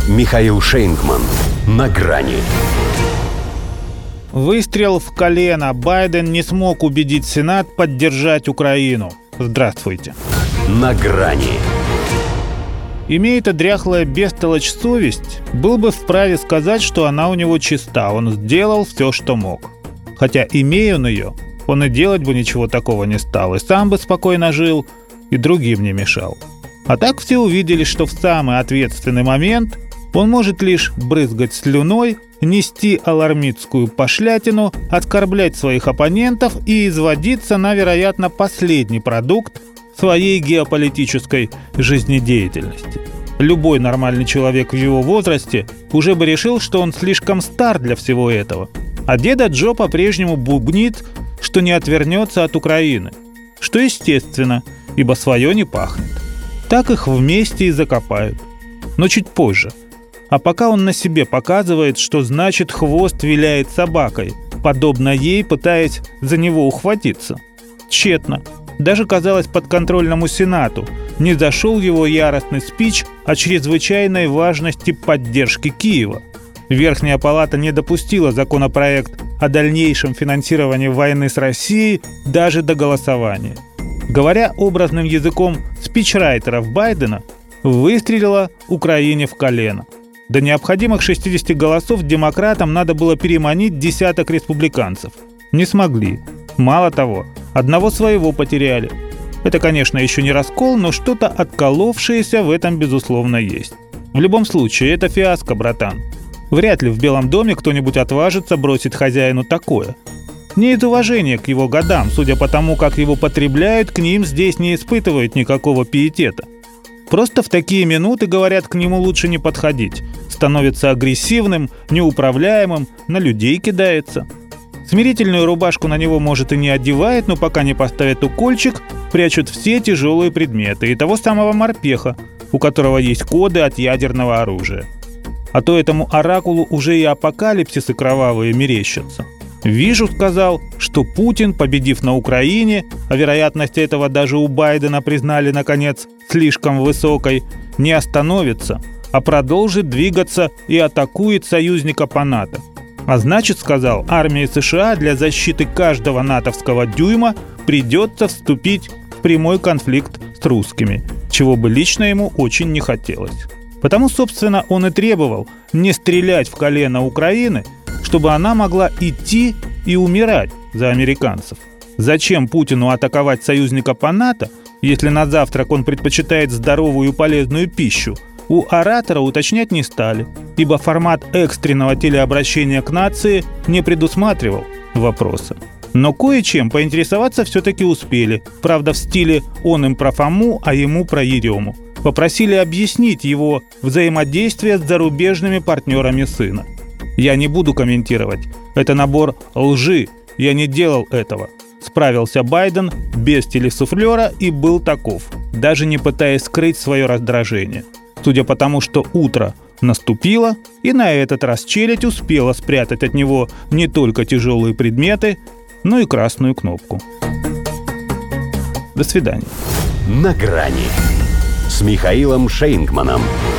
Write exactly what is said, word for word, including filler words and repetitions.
Михаил Шейнгман. На грани. Выстрел в колено. Байден не смог убедить Сенат поддержать Украину. Здравствуйте. На грани. Имея эта дряхлая бестолочь совесть, был бы вправе сказать, что она у него чиста. Он сделал все, что мог. Хотя, имея он ее, он и делать бы ничего такого не стал. И сам бы спокойно жил, и другим не мешал. А так все увидели, что в самый ответственный момент он может лишь брызгать слюной, нести алармистскую пошлятину, оскорблять своих оппонентов и изводиться на, вероятно, последний продукт своей геополитической жизнедеятельности. Любой нормальный человек в его возрасте уже бы решил, что он слишком стар для всего этого. А деда Джо по-прежнему бубнит, что не отвернется от Украины. Что естественно, ибо свое не пахнет. Так их вместе и закопают. Но чуть позже. А пока он на себе показывает, что значит хвост виляет собакой, подобно ей, пытаясь за него ухватиться. Тщетно. Даже, казалось, подконтрольному Сенату не зашел его яростный спич о чрезвычайной важности поддержки Киева. Верхняя палата не допустила законопроект о дальнейшем финансировании войны с Россией даже до голосования. Говоря образным языком спичрайтеров Байдена, выстрелила Украине в колено. До необходимых шестидесяти голосов демократам надо было переманить десяток республиканцев. Не смогли. Мало того, одного своего потеряли. Это, конечно, еще не раскол, но что-то отколовшееся в этом, безусловно, есть. В любом случае, это фиаско, братан. Вряд ли в Белом доме кто-нибудь отважится бросить хозяину такое. Не из уважения к его годам, судя по тому, как его потребляют, к ним здесь не испытывают никакого пиетета. Просто в такие минуты, говорят, к нему лучше не подходить. Становится агрессивным, неуправляемым, на людей кидается. Смирительную рубашку на него, может, и не одевает, но пока не поставит укольчик, прячут все тяжелые предметы и того самого морпеха, у которого есть коды от ядерного оружия. А то этому оракулу уже и апокалипсисы кровавые мерещатся. «Вижу, — сказал, — что Путин, победив на Украине, а вероятность этого даже у Байдена признали, наконец, слишком высокой, не остановится, а продолжит двигаться и атакует союзника по НАТО. А значит, — сказал, — армии США для защиты каждого натовского дюйма придется вступить в прямой конфликт с русскими, чего бы лично ему очень не хотелось. Потому, собственно, он и требовал не стрелять в колено Украины, чтобы она могла идти и умирать за американцев. Зачем Путину атаковать союзника по НАТО, если на завтрак он предпочитает здоровую и полезную пищу? У оратора уточнять не стали, ибо формат экстренного телеобращения к нации не предусматривал вопроса. Но кое-чем поинтересоваться все-таки успели, правда в стиле «он им про Фому, а ему про Ерему». Попросили объяснить его взаимодействие с зарубежными партнерами сына. «Я не буду комментировать. Это набор лжи. Я не делал этого», — справился Байден без телесуфлера и был таков, даже не пытаясь скрыть свое раздражение. Судя по тому, что утро наступило, и на этот раз челядь успела спрятать от него не только тяжелые предметы, но и красную кнопку. До свидания. На грани с Михаилом Шейнгманом.